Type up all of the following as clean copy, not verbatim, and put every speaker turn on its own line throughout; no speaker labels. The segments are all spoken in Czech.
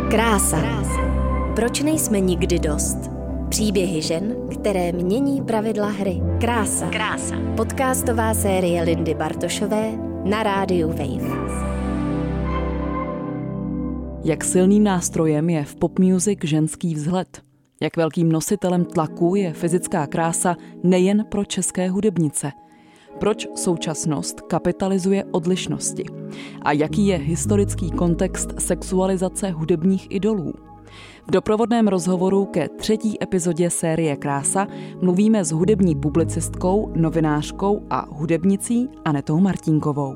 Krása. Proč nejsme nikdy dost? Příběhy žen, které mění pravidla hry. Krása. Podcastová série Lindy Bartošové na rádiu Wave.
Jak silným nástrojem je v pop music ženský vzhled? Jak velkým nositelem tlaku je fyzická krása nejen pro české hudebnice? Proč současnost kapitalizuje odlišnosti? A jaký je historický kontext sexualizace hudebních idolů? V doprovodném rozhovoru ke 3. epizodě série Krása mluvíme s hudební publicistkou, novinářkou a hudebnicí Anetou Martínkovou.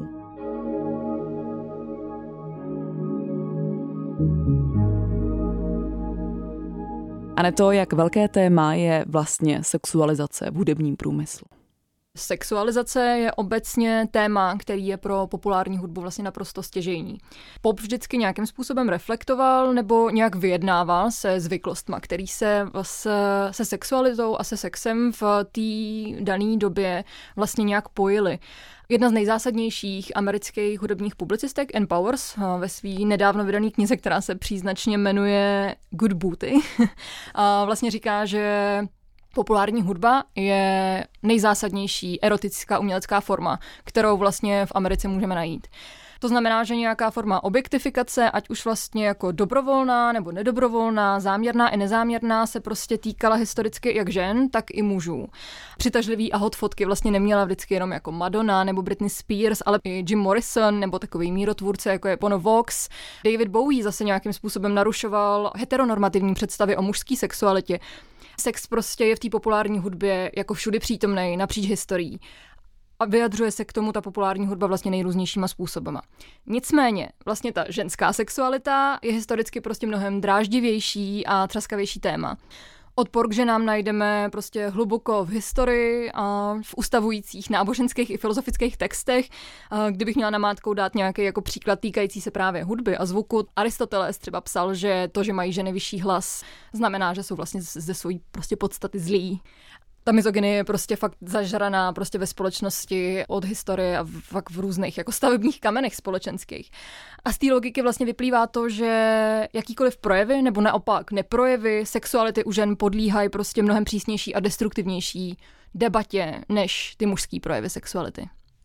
Aneto, jak velké téma je vlastně sexualizace v hudebním průmyslu?
Sexualizace je obecně téma, který je pro populární hudbu vlastně naprosto stěžejní. Pop vždycky nějakým způsobem reflektoval nebo nějak vyjednával se zvyklostma, který se sexualitou a se sexem v té dané době vlastně nějak pojily. Jedna z nejzásadnějších amerických hudebních publicistek, Ann Powers, ve své nedávno vydané knize, která se příznačně jmenuje Good Booty, vlastně říká, že populární hudba je nejzásadnější erotická umělecká forma, kterou vlastně v Americe můžeme najít. To znamená, že nějaká forma objektifikace, ať už vlastně jako dobrovolná nebo nedobrovolná, záměrná i nezáměrná, se prostě týkala historicky jak žen, tak i mužů. Přitažlivý a hot fotky vlastně neměla vždycky jenom jako Madonna nebo Britney Spears, ale i Jim Morrison nebo takový mírotvůrce jako je Bono Vox. David Bowie zase nějakým způsobem narušoval heteronormativní představy o mužské sexualitě. Sex prostě je v té populární hudbě jako všudy přítomnej napříč historií. A vyjadřuje se k tomu ta populární hudba vlastně nejrůznějšíma způsobama. Nicméně, vlastně ta ženská sexualita je historicky prostě mnohem dráždivější a třaskavější téma. Odpor k ženám najdeme prostě hluboko v historii a v ustavujících náboženských i filozofických textech. Kdybych měla namátkou dát nějaký jako příklad týkající se právě hudby a zvuku, Aristoteles třeba psal, že to, že mají ženy vyšší hlas, znamená, že jsou vlastně ze svojí prostě podstaty zlí. Ta mizogynie je prostě fakt zažraná prostě ve společnosti od historie a fakt v různých jako stavebních kamenech společenských. A z té logiky vlastně vyplývá to, že jakýkoliv projevy nebo naopak neprojevy sexuality u žen podlíhají prostě mnohem přísnější a destruktivnější debatě než ty mužský projevy sexuality.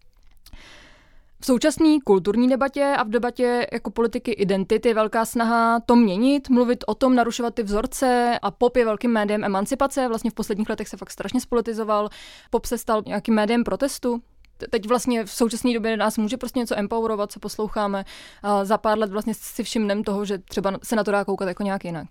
V současné kulturní debatě a v debatě jako politiky identity je velká snaha to měnit, mluvit o tom, narušovat ty vzorce a pop je velkým médiem emancipace, vlastně v posledních letech se fakt strašně spolitizoval, pop se stal nějakým médiem protestu. Teď vlastně v současné době nás může prostě něco empowerovat, co posloucháme a za pár let vlastně si všimneme toho, že třeba se na to dá koukat jako nějak jinak.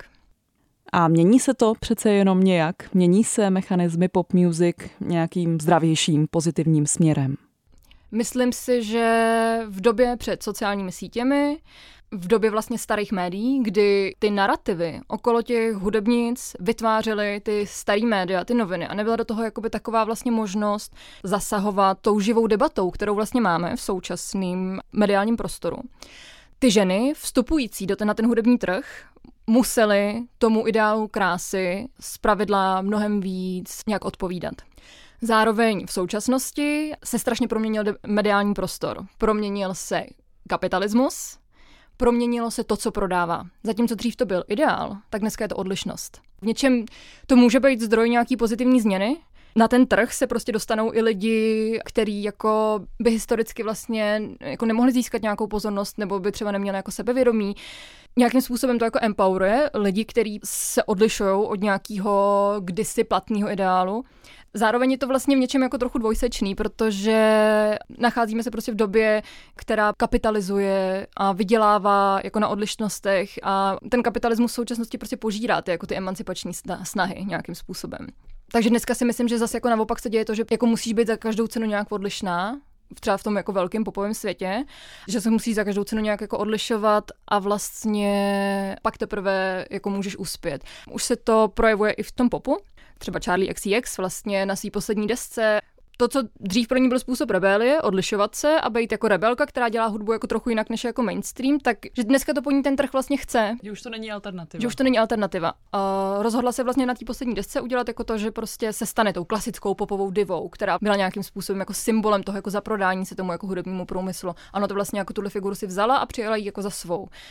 A mění se to přece jenom nějak? Mění se mechanismy pop music nějakým zdravějším, pozitivním směrem?
Myslím si, že v době před sociálními sítěmi, v době vlastně starých médií, kdy ty narrativy okolo těch hudebnic vytvářely ty starý média, ty noviny a nebyla do toho jakoby taková vlastně možnost zasahovat tou živou debatou, kterou vlastně máme v současném mediálním prostoru. Ty ženy vstupující na ten hudební trh musely tomu ideálu krásy zpravidla mnohem víc nějak odpovídat. Zároveň v současnosti se strašně proměnil mediální prostor. Proměnil se kapitalismus, proměnilo se to, co prodává. Zatímco dřív to byl ideál, tak dneska je to odlišnost. V něčem to může být zdroj nějaký pozitivní změny. Na ten trh se prostě dostanou i lidi, kteří jako by historicky vlastně jako nemohli získat nějakou pozornost nebo by třeba neměli jako sebevědomí. Nějakým způsobem to jako empoweruje lidi, kteří se odlišují od nějakého kdysi platného ideálu. Zároveň je to vlastně v něčem jako trochu dvojsečný, protože nacházíme se prostě v době, která kapitalizuje a vydělává jako na odlišnostech a ten kapitalismus v současnosti prostě požírá jako ty emancipační snahy nějakým způsobem. Takže dneska si myslím, že zase jako naopak se děje to, že jako musíš být za každou cenu nějak odlišná, třeba v tom jako velkém popovém světě, že se musí za každou cenu nějak jako odlišovat a vlastně pak teprve jako můžeš uspět. Už se to projevuje i v tom popu. Třeba Charli XCX vlastně na své poslední desce. To, co dřív pro ní byl způsob rebelie, odlišovat se a být jako rebelka, která dělá hudbu jako trochu jinak než jako mainstream, tak že dneska to po ní ten trh vlastně chce.
Že už to není alternativa.
Že už to není alternativa. Rozhodla se vlastně na té poslední desce udělat jako to, že prostě se stane tou klasickou popovou divou, která byla nějakým způsobem jako symbolem toho jako zaprodání se tomu jako hudebnímu průmyslu. Ano, to vlastně jako tuhle figuru si vzala a přijala ji jako za svou.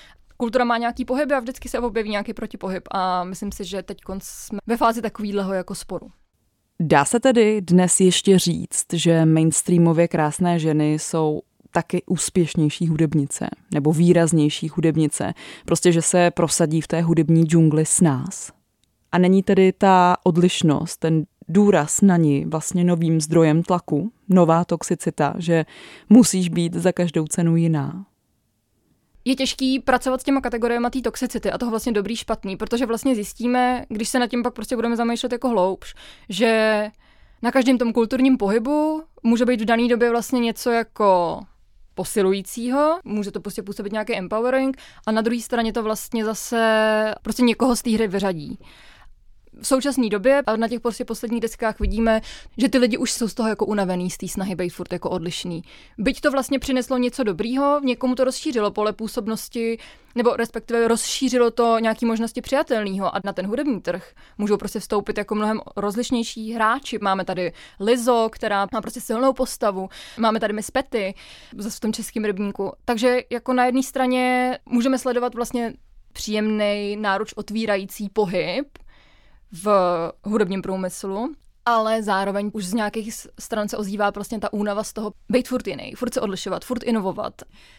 kultura má nějaký pohyby a vždycky se objeví nějaký protipohyb a myslím si, že teď jsme ve fázi takovýhleho jako sporu.
Dá se tedy dnes ještě říct, že mainstreamově krásné ženy jsou taky úspěšnější hudebnice nebo výraznější hudebnice, prostě že se prosadí v té hudební džungli s nás? A není tedy ta odlišnost, ten důraz na ní vlastně novým zdrojem tlaku, nová toxicita, že musíš být za každou cenu jiná?
Je těžký pracovat s těma kategoriemi té toxicity a toho vlastně dobrý, špatný, protože vlastně zjistíme, když se nad tím pak prostě budeme zamýšlet jako hloubš, že na každém tom kulturním pohybu může být v dané době vlastně něco jako posilujícího, může to prostě působit nějaký empowering a na druhé straně to vlastně zase prostě někoho z té hry vyřadí. V současné době a na těch prostě posledních deskách vidíme, že ty lidi už jsou z toho jako unavený, z té snahy být furt jako odlišný. Byť to vlastně přineslo něco dobrýho, někomu to rozšířilo pole působnosti, nebo respektive rozšířilo to nějaký možnosti přijatelného a na ten hudební trh můžou prostě vstoupit jako mnohem rozlišnější hráči. Máme tady Lizzo, která má prostě silnou postavu, máme tady Miss Petty zase v tom českém rybníku. Takže jako na jedné straně můžeme sledovat vlastně příjemný, náruč otvírající pohyb v hudebním průmyslu, ale zároveň už z nějakých stran se ozývá prostě ta únava z toho být furt jiný, furt se odlišovat, furt inovovat.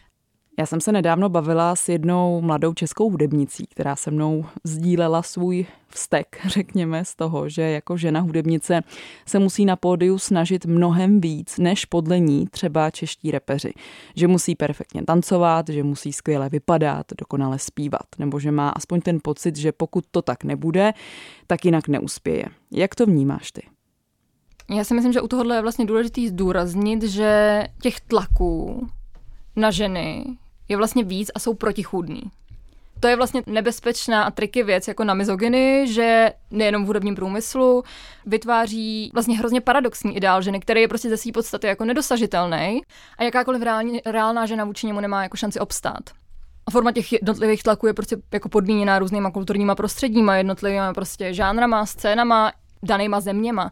Já jsem se nedávno bavila s jednou mladou českou hudebnicí, která se mnou sdílela svůj vztek, řekněme, z toho, že jako žena hudebnice se musí na pódiu snažit mnohem víc, než podle ní třeba čeští repeři. Že musí perfektně tancovat, že musí skvěle vypadat, dokonale zpívat, nebo že má aspoň ten pocit, že pokud to tak nebude, tak jinak neuspěje. Jak to vnímáš ty?
Já si myslím, že u tohohle je vlastně důležitý zdůraznit, že těch tlaků na ženy je vlastně víc a jsou protichůdný. To je vlastně nebezpečná a triky věc jako na mizogyny, že nejenom v hudebním průmyslu vytváří vlastně hrozně paradoxní ideál ženy, který je prostě ze své podstaty jako nedosažitelný a jakákoliv reálná žena vůči němu nemá jako šanci obstát. A forma těch jednotlivých tlaků je prostě jako podmíněná různýma kulturníma prostředíma, jednotlivými prostě žánrama, scénama, danýma zeměma.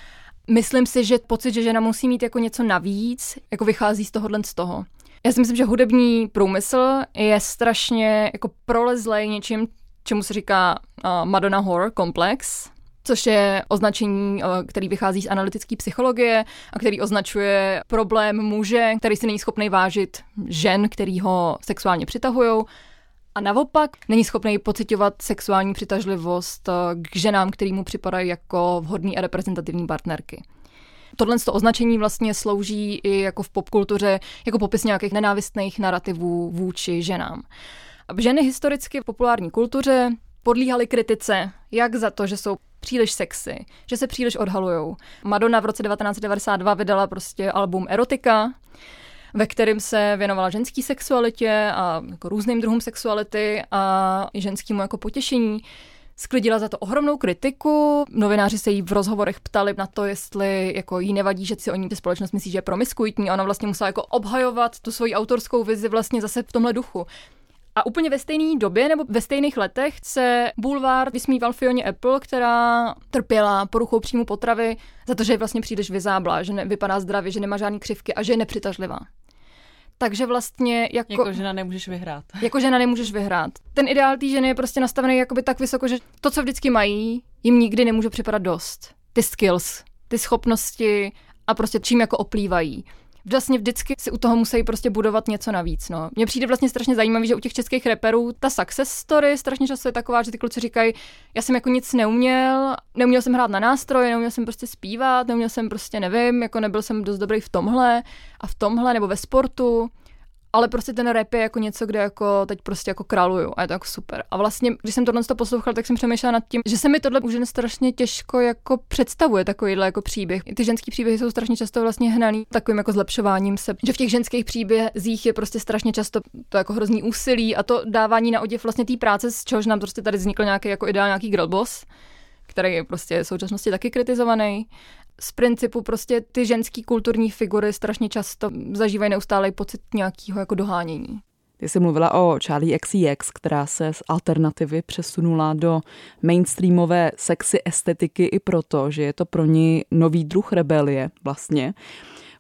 Myslím si, že pocit, že žena musí mít jako něco navíc, jako vychází z tohohle z toho. Já si myslím, že hudební průmysl je strašně jako prolezlej něčím, čemu se říká Madonna Whore komplex, což je označení, který vychází z analytické psychologie a který označuje problém muže, který si není schopný vážit žen, který ho sexuálně přitahujou, a naopak není schopný pociťovat sexuální přitažlivost k ženám, který mu připadají jako vhodný a reprezentativní partnerky. Tohle označení vlastně slouží i jako v popkultuře, jako popis nějakých nenávistných narrativů vůči ženám. Ženy historicky v populární kultuře podlíhaly kritice, jak za to, že jsou příliš sexy, že se příliš odhalujou. Madonna v roce 1992 vydala prostě album Erotika, ve kterém se věnovala ženské sexualitě a jako různým druhům sexuality a i ženskému jako potěšení. Sklidila za to ohromnou kritiku. Novináři se jí v rozhovorech ptali na to, jestli jako jí nevadí, že si o ní společnost myslí, že je promiskuitní. A ona vlastně musela jako obhajovat tu svoji autorskou vizi vlastně zase v tomhle duchu. A úplně ve stejné době nebo ve stejných letech se bulvár vysmíval Fioně Apple, která trpěla poruchou příjmu potravy za to, že je vlastně příliš vyzáblá, že vypadá zdravě, že nemá žádný křivky a že je nepřitažlivá. Takže vlastně
jako žena nemůžeš vyhrát.
Jako žena nemůžeš vyhrát. Ten ideál té ženy je prostě nastavený jakoby tak vysoko, že to, co vždycky mají, jim nikdy nemůže připadat dost. Ty skills, ty schopnosti a prostě čím jako oplývají. Vlastně vždycky si u toho musí prostě budovat něco navíc. No. Mně přijde vlastně strašně zajímavý, že u těch českých rapperů ta success story strašně často je taková, že ty kluci říkají, já jsem jako nic neuměl jsem hrát na nástroje, neuměl jsem prostě zpívat, neuměl jsem prostě nevím, jako nebyl jsem dost dobrý v tomhle a v tomhle nebo ve sportu. Ale prostě ten rap je jako něco, kde jako teď prostě jako králuju a je to jako super. A vlastně, když jsem tohle poslouchala, tak jsem přemýšlela nad tím, že se mi tohle už jen strašně těžko jako představuje takovýhle jako příběh. Ty ženský příběhy jsou strašně často vlastně hnaný takovým jako zlepšováním se, že v těch ženských příbězích je prostě strašně často to jako hrozný úsilí a to dávání na oděv vlastně té práce, z čehož nám prostě tady vznikl nějaký jako ideál, nějaký girl boss, který je prostě v současnosti taky kritizovaný. Z principu prostě ty ženský kulturní figury strašně často zažívají neustálej pocit nějakého jako dohánění.
Ty jsi mluvila o Charli XCX, která se z alternativy přesunula do mainstreamové sexy estetiky i proto, že je to pro ní nový druh rebelie vlastně.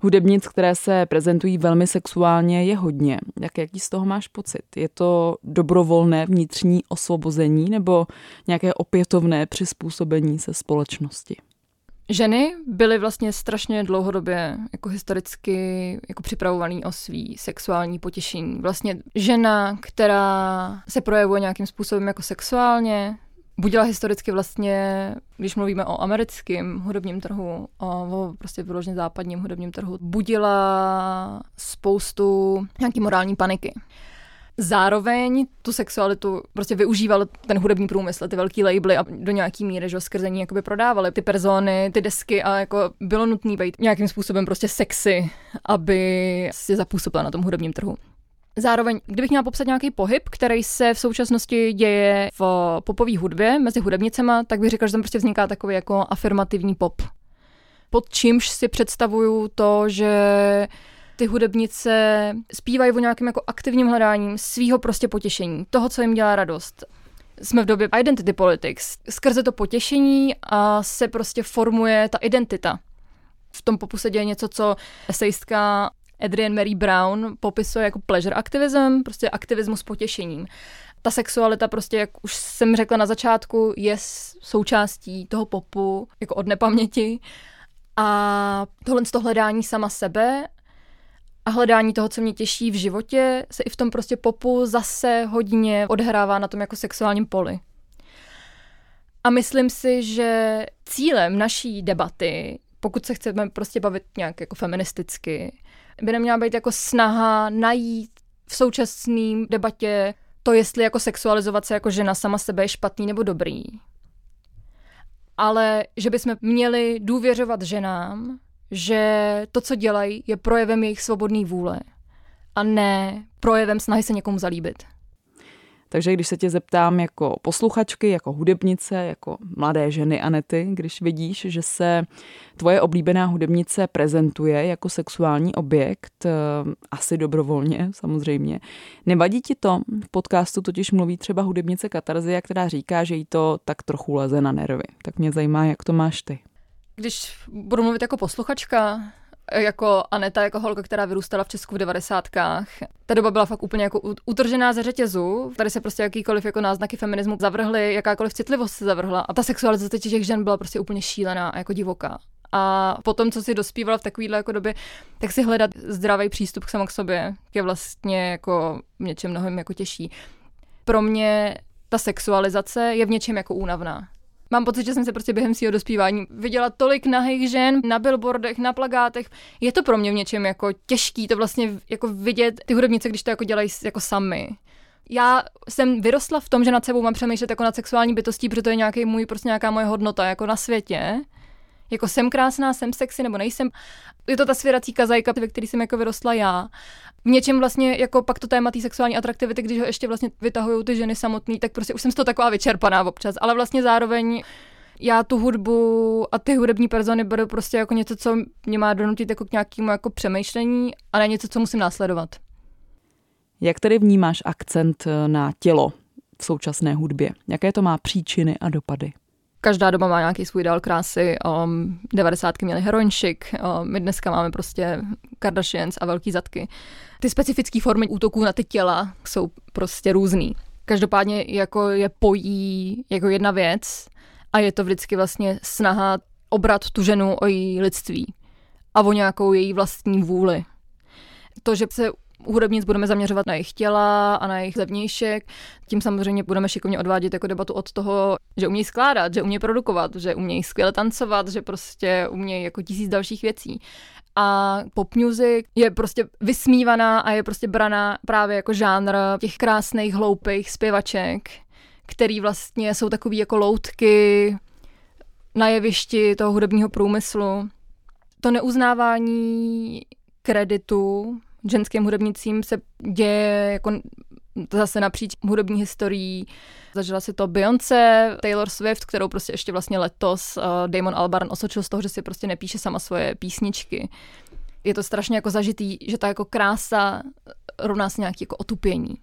Hudebnic, které se prezentují velmi sexuálně, je hodně. Jaký z toho máš pocit? Je to dobrovolné vnitřní osvobození nebo nějaké opětovné přizpůsobení se společnosti?
Ženy byly vlastně strašně dlouhodobě jako historicky jako připravovaný o svý sexuální potěšení. Vlastně žena, která se projevuje nějakým způsobem jako sexuálně, budila historicky vlastně, když mluvíme o americkém hudebním trhu, o prostě vyloženě západním hudebním trhu, budila spoustu nějaký morální paniky. Zároveň tu sexualitu prostě využíval ten hudební průmysl, ty velký labely a do nějaký míry, že skrze ní jakoby prodávali ty persony, ty desky a jako bylo nutné být nějakým způsobem prostě sexy, aby se zapůsobila na tom hudebním trhu. Zároveň, kdybych měla popsat nějaký pohyb, který se v současnosti děje v popové hudbě mezi hudebnicema, tak bych řekla, že tam prostě vzniká takový jako afirmativní pop. Pod čímž si představuju to, že ty hudebnice zpívají o nějakém jako aktivním hledáním svýho prostě potěšení, toho, co jim dělá radost. Jsme v době identity politics. Skrze to potěšení a se prostě formuje ta identita. V tom popu se děje něco, co esejistka Adrienne Mary Brown popisuje jako pleasure activism, prostě aktivismus s potěšením. Ta sexualita prostě, jak už jsem řekla na začátku, je součástí toho popu jako od nepaměti. A tohle z toho hledání sama sebe a hledání toho, co mě těší v životě, se i v tom prostě popu zase hodně odhrává na tom jako sexuálním poli. A myslím si, že cílem naší debaty, pokud se chceme prostě bavit nějak jako feministicky, by neměla být jako snaha najít v současné debatě to, jestli jako sexualizovat se jako žena sama sebe je špatný nebo dobrý. Ale že bychom měli důvěřovat ženám, že to, co dělají, je projevem jejich svobodné vůle a ne projevem snahy se někomu zalíbit.
Takže když se tě zeptám jako posluchačky, jako hudebnice, jako mladé ženy Anety, když vidíš, že se tvoje oblíbená hudebnice prezentuje jako sexuální objekt, asi dobrovolně samozřejmě, nevadí ti to? V podcastu totiž mluví třeba hudebnice Katarzia, která říká, že jí to tak trochu leze na nervy. Tak mě zajímá, jak to máš ty.
Když budu mluvit jako posluchačka, jako Aneta, jako holka, která vyrůstala v Česku v 90kách. Ta doba byla fakt úplně jako utržená ze řetězu. Tady se prostě jakýkoliv jako náznaky feminismu zavrhly, jakákoliv citlivost se zavrhla. A ta sexualizace těch žen byla prostě úplně šílená a jako divoká. A potom, co si dospívala v takovýhle jako době, tak si hledat zdravý přístup sama k sobě je vlastně jako něčem mnohem jako těžší. Pro mě ta sexualizace je v něčem jako únavná. Mám pocit, že jsem se prostě během svého dospívání viděla tolik nahých žen na billboardech, na plakátech. Je to pro mě v něčem jako těžký to vlastně jako vidět ty hudebnice, když to jako dělají jako sami. Já jsem vyrostla v tom, že nad sebou mám přemýšlet jako nad sexuální bytostí, protože to je nějaký můj, prostě nějaká moje hodnota jako na světě. Jako jsem krásná, jsem sexy nebo nejsem. Je to ta svěrací kazajka, ve který jsem jako vyrostla já. V něčem vlastně jako pak to téma té sexuální atraktivity, když ho ještě vlastně vytahují ty ženy samotný, tak prostě už jsem z toho taková vyčerpaná občas, ale vlastně zároveň já tu hudbu a ty hudební persony beru prostě jako něco, co mě má donutit jako k nějakému jako přemýšlení a ne něco, co musím následovat.
Jak tedy vnímáš akcent na tělo v současné hudbě? Jaké to má příčiny a dopady?
Každá doba má nějaký svůj ideál krásy. 90. měly heroin chic, my dneska máme prostě Kardashians a velký zadky. Ty specifické formy útoků na ty těla jsou prostě různý. Každopádně jako je pojí jako jedna věc a je to vždycky vlastně snaha obrat tu ženu o její lidství a o nějakou její vlastní vůli. To, že se u hudebnic budeme zaměřovat na jejich těla a na jejich zevnějšek. Tím samozřejmě budeme šikovně odvádět jako debatu od toho, že umějí skládat, že umějí produkovat, že umějí skvěle tancovat, že prostě umějí jako 1000 dalších věcí. A pop music je prostě vysmívaná a je prostě braná právě jako žánr těch krásných, hloupých zpěvaček, který vlastně jsou takový jako loutky na jevišti toho hudebního průmyslu. To neuznávání kreditu ženským hudebnicím se děje jako zase napříč hudební historií. Zažila si to Beyoncé, Taylor Swift, kterou prostě ještě vlastně letos Damon Albarn osočil z toho, že si prostě nepíše sama svoje písničky. Je to strašně jako zažitý, že ta jako krása rovná se nějaký jako otupění.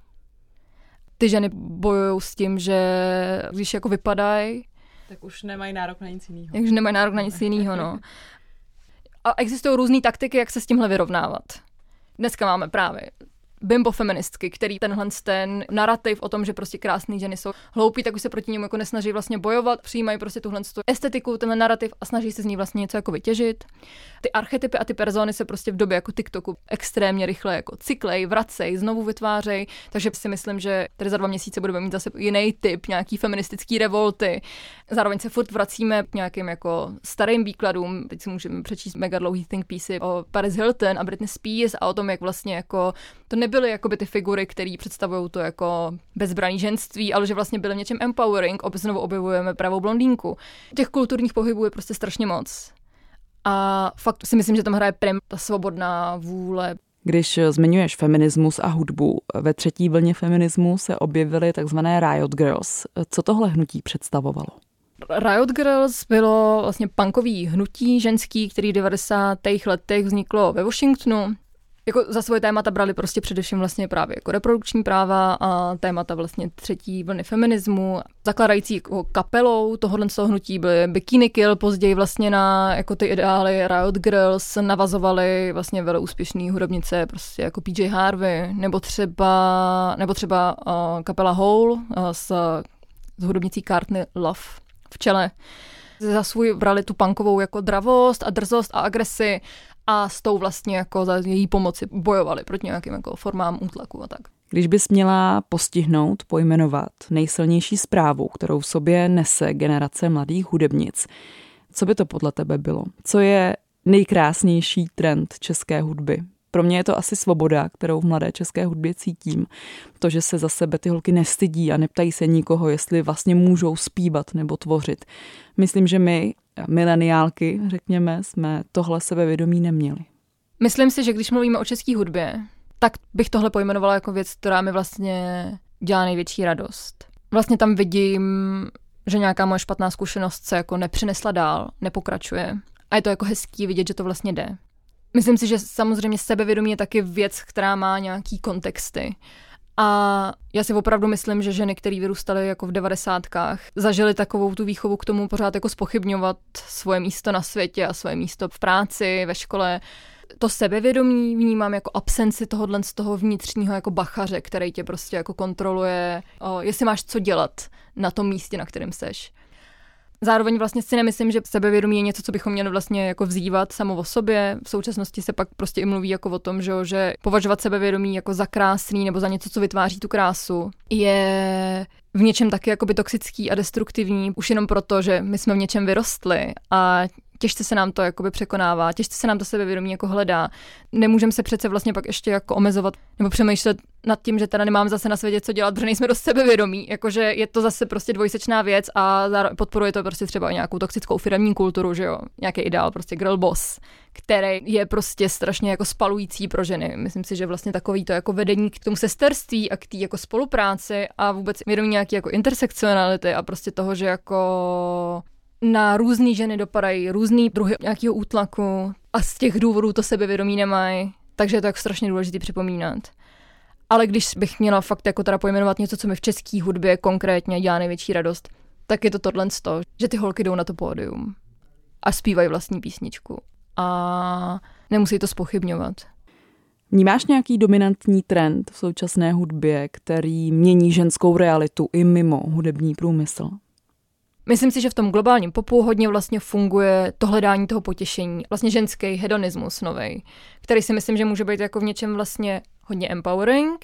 Ty ženy bojují s tím, že když jako vypadají,
tak už nemají nárok na nic jiného.
Takže nemají nárok na nic jiného, no. A existují různé taktiky, jak se s tímhle vyrovnávat. Dneska máme právě bimbo feministky, který ten narrativ o tom, že prostě krásné ženy jsou hloupí, tak už se proti němu jako nesnaží vlastně bojovat, přijímají prostě tuhle estetiku, tenhle narrativ a snaží se z ní vlastně něco jako vytěžit. Ty archetypy a ty persony se prostě v době jako TikToku extrémně rychle jako cyklej, vracej, znovu vytvářejí, takže si myslím, že tady za 2 měsíce budeme mít zase jiný typ, nějaký feministický revolty. Zároveň se furt vracíme k nějakým jako starým výkladům. Teď si můžeme přečíst mega dlouhý think piece o Paris Hilton a Britney Spears a o tom, jak vlastně jako to nebyly jakoby ty figury, které představují to jako bezbraný ženství, ale že vlastně byly v něčem empowering. Znovu objevujeme pravou blondýnku. Těch kulturních pohybů je prostě strašně moc. A fakt si myslím, že tam hraje prim ta svobodná vůle.
Když zmiňuješ feminismus a hudbu, ve 3. vlně feminismu se objevily takzvané Riot Girls. Co tohle hnutí představovalo?
Riot Girls bylo vlastně punkový hnutí ženský, který v 90. letech vzniklo ve Washingtonu. Jako za svoje témata brali prostě především vlastně právě jako reprodukční práva a témata vlastně 3. vlny feminismu. Zakladající jako kapelou tohohle hnutí byly Bikini Kill, později vlastně na jako ty ideály Riot Girls navazovaly vlastně veleúspěšný hudebnice prostě jako PJ Harvey, nebo třeba kapela Hole s hudebnicí Courtney Love v čele. Za svůj brali tu punkovou jako dravost a drzost a agresi a s tou vlastně jako za její pomoci bojovali proti nějakým jako formám útlaku a tak.
Když bys měla postihnout, pojmenovat nejsilnější zprávu, kterou v sobě nese generace mladých hudebnic, co by to podle tebe bylo? Co je nejkrásnější trend české hudby? Pro mě je to asi svoboda, kterou v mladé české hudbě cítím. To, že se za sebe ty holky nestydí a neptají se nikoho, jestli vlastně můžou zpívat nebo tvořit. Myslím, že my, mileniálky, řekněme, jsme tohle sebevědomí neměli.
Myslím si, že když mluvíme o české hudbě, tak bych tohle pojmenovala jako věc, která mi vlastně dělá největší radost. Vlastně tam vidím, že nějaká moje špatná zkušenost se jako nepřinesla dál, nepokračuje. A je to jako hezký vidět, že to vlastně jde. Myslím si, že samozřejmě sebevědomí je taky věc, která má nějaký kontexty. A já si opravdu myslím, že ženy, které vyrůstaly jako v 90kách, zažily takovou tu výchovu k tomu pořád jako zpochybňovat svoje místo na světě a svoje místo v práci, ve škole. To sebevědomí vnímám jako absenci tohohle z toho vnitřního jako bachaře, který tě prostě jako kontroluje, jestli máš co dělat na tom místě, na kterém seš. Zároveň vlastně si nemyslím, že sebevědomí je něco, co bychom měli vlastně jako vzývat samo o sobě. V současnosti se pak prostě i mluví jako o tom, že považovat sebevědomí jako za krásný nebo za něco, co vytváří tu krásu, je v něčem taky jakoby toxický a destruktivní, už jenom proto, že my jsme v něčem vyrostli a těžce se nám to jakoby překonává, těžce se nám to sebevědomí jako hledá. Nemůžeme se přece vlastně pak ještě jako omezovat nebo přemýšlet nad tím, že teda nemám zase na světě co dělat, protože nejsme dost sebevědomí. Jakože je to zase prostě dvojsečná věc a podporuje to prostě třeba nějakou toxickou firemní kulturu, že jo, nějaký ideál, prostě girl boss, který je prostě strašně jako spalující pro ženy. Myslím si, že vlastně takový to jako vedení k tomu sesterství a k té jako spolupráci a vůbec vědomí nějaký jako intersekcionality a prostě toho, že jako na různý ženy dopadají různý druhy nějakého útlaku a z těch důvodů to sebevědomí nemají, takže je to jako strašně důležité připomínat. Ale když bych měla fakt jako teda pojmenovat něco, co mi v české hudbě konkrétně dělá největší radost, tak je to tohle z toho, že ty holky jdou na to pódium a zpívají vlastní písničku a nemusí to zpochybňovat.
Vnímáš nějaký dominantní trend v současné hudbě, který mění ženskou realitu i mimo hudební průmysl?
Myslím si, že v tom globálním popu hodně vlastně funguje to hledání toho potěšení. Vlastně ženský hedonismus novej, který si myslím, že může být jako v něčem vlastně hodně empowering,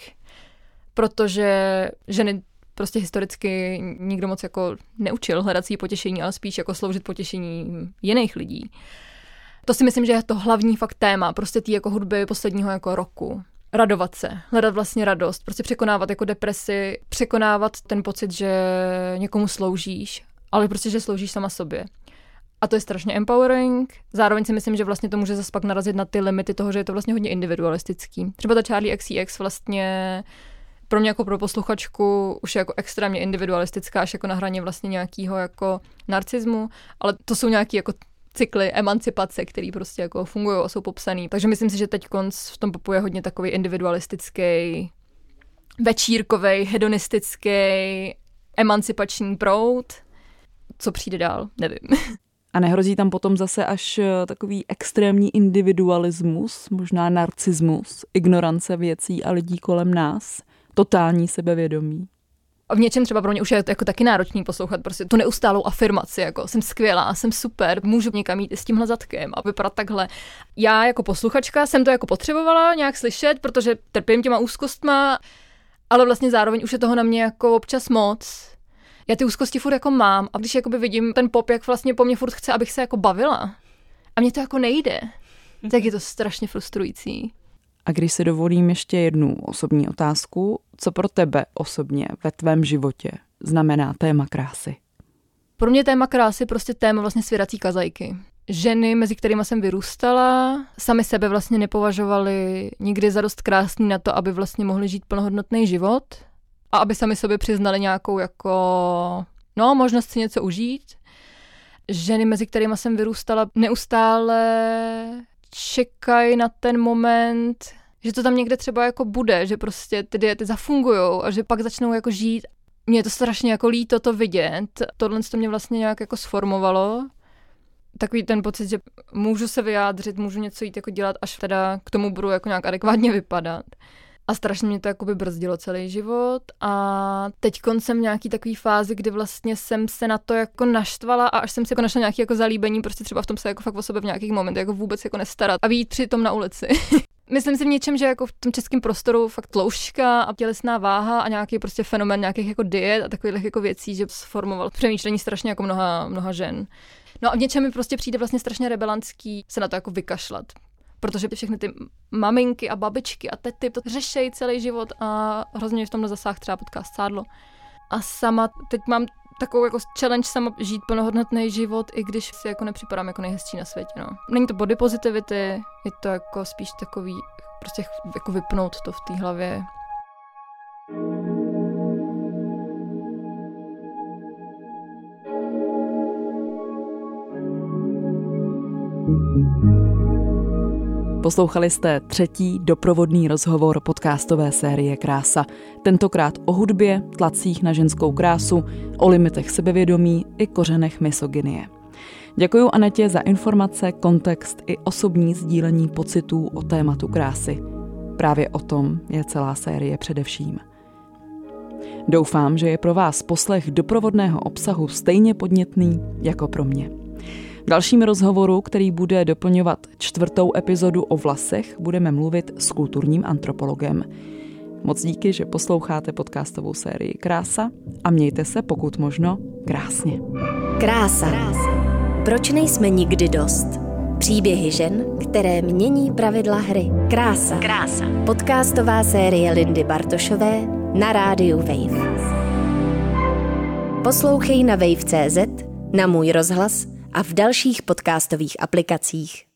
protože ženy prostě historicky nikdo moc jako neučil hledat si potěšení, ale spíš jako sloužit potěšení jiných lidí. To si myslím, že je to hlavní fakt téma prostě té jako hudby posledního jako roku. Radovat se, hledat vlastně radost, prostě překonávat jako depresi, překonávat ten pocit, že někomu sloužíš, ale prostě, že sloužíš sama sobě. A to je strašně empowering. Zároveň si myslím, že vlastně to může zase pak narazit na ty limity toho, že je to vlastně hodně individualistický. Třeba ta Charli XCX vlastně pro mě jako pro posluchačku už je jako extrémně individualistická, až jako na hraně vlastně nějakého jako narcismu, ale to jsou nějaký jako cykly emancipace, který prostě jako fungují a jsou popsaný. Takže myslím si, že teď v tom popu je hodně takový individualistický, večírkovej, hedonistický, emancipační proud. Co přijde dál, nevím.
A nehrozí tam potom zase až takový extrémní individualismus, možná narcismus, ignorance věcí a lidí kolem nás, totální sebevědomí?
A v něčem třeba pro mě už je jako taky náročný poslouchat prostě tu neustálou afirmaci, jako jsem skvělá, jsem super, můžu někam jít i s tímhle zadkem a vypadat takhle. Já jako posluchačka jsem to jako potřebovala nějak slyšet, protože trpím těma úzkostma, ale vlastně zároveň už je toho na mě jako občas moc. Já ty úzkosti furt jako mám a když jakoby vidím ten pop, jak vlastně po mně furt chce, abych se jako bavila a mně to jako nejde, tak je to strašně frustrující.
A když si dovolím ještě jednu osobní otázku, co pro tebe osobně ve tvém životě znamená téma krásy?
Pro mě téma krásy prostě téma vlastně svěrací kazajky. Ženy, mezi kterými jsem vyrůstala, sami sebe vlastně nepovažovaly nikdy za dost krásný na to, aby vlastně mohly žít plnohodnotný život a aby sami sobě přiznali nějakou jako, možnost si něco užít. Ženy, mezi kterými jsem vyrůstala, neustále čekají na ten moment, že to tam někde třeba jako bude, že prostě ty diety zafungujou a že pak začnou jako žít. Mně je to strašně jako líto to vidět. Tohle to mě vlastně nějak jako sformovalo. Takový ten pocit, že můžu se vyjádřit, můžu něco jít jako dělat, až teda k tomu budu jako nějak adekvátně vypadat. A strašně mě to jakoby brzdilo celý život a teď jsem v nějaký takový fázi, kdy vlastně jsem se na to jako naštvala a až jsem si jako našla nějaký jako zalíbení, prostě třeba v tom se jako fakt o sebe v nějakých momentech jako vůbec jako nestarat a vyjít při tom na ulici. Myslím si v něčem, že jako v tom českém prostoru fakt tloušťka a tělesná váha a nějaký prostě fenomén nějakých jako diet a takových jako věcí, že sformoval přemýšlení strašně jako mnoha žen. No a v něčem mi prostě přijde vlastně strašně rebelantský se na to jako vykašlat. Protože všechny ty maminky a babičky a tety to řešejí celý život a hrozně v tomhle zasáh třeba podcast Sádlo. A sama teď mám takovou jako challenge sama žít plnohodnotný život, i když si jako nepřipadám jako nejhezčí na světě. No. Není to body positivity, je to jako spíš takový prostě jako vypnout to v té hlavě.
Poslouchali jste 3. doprovodný rozhovor podcastové série Krása. Tentokrát o hudbě, tlacích na ženskou krásu, o limitech sebevědomí i kořenech misogynie. Děkuju Anetě za informace, kontext i osobní sdílení pocitů o tématu krásy. Právě o tom je celá série především. Doufám, že je pro vás poslech doprovodného obsahu stejně podnětný jako pro mě. V dalším rozhovoru, který bude doplňovat 4. epizodu o vlasech, budeme mluvit s kulturním antropologem. Moc díky, že posloucháte podcastovou sérii Krása a mějte se pokud možno krásně.
Krása. Proč nejsme nikdy dost? Příběhy žen, které mění pravidla hry. Krása. Podcastová série Lindy Bartošové na rádiu Wave. Poslouchej na wave.cz, na Můj rozhlas a v dalších podcastových aplikacích.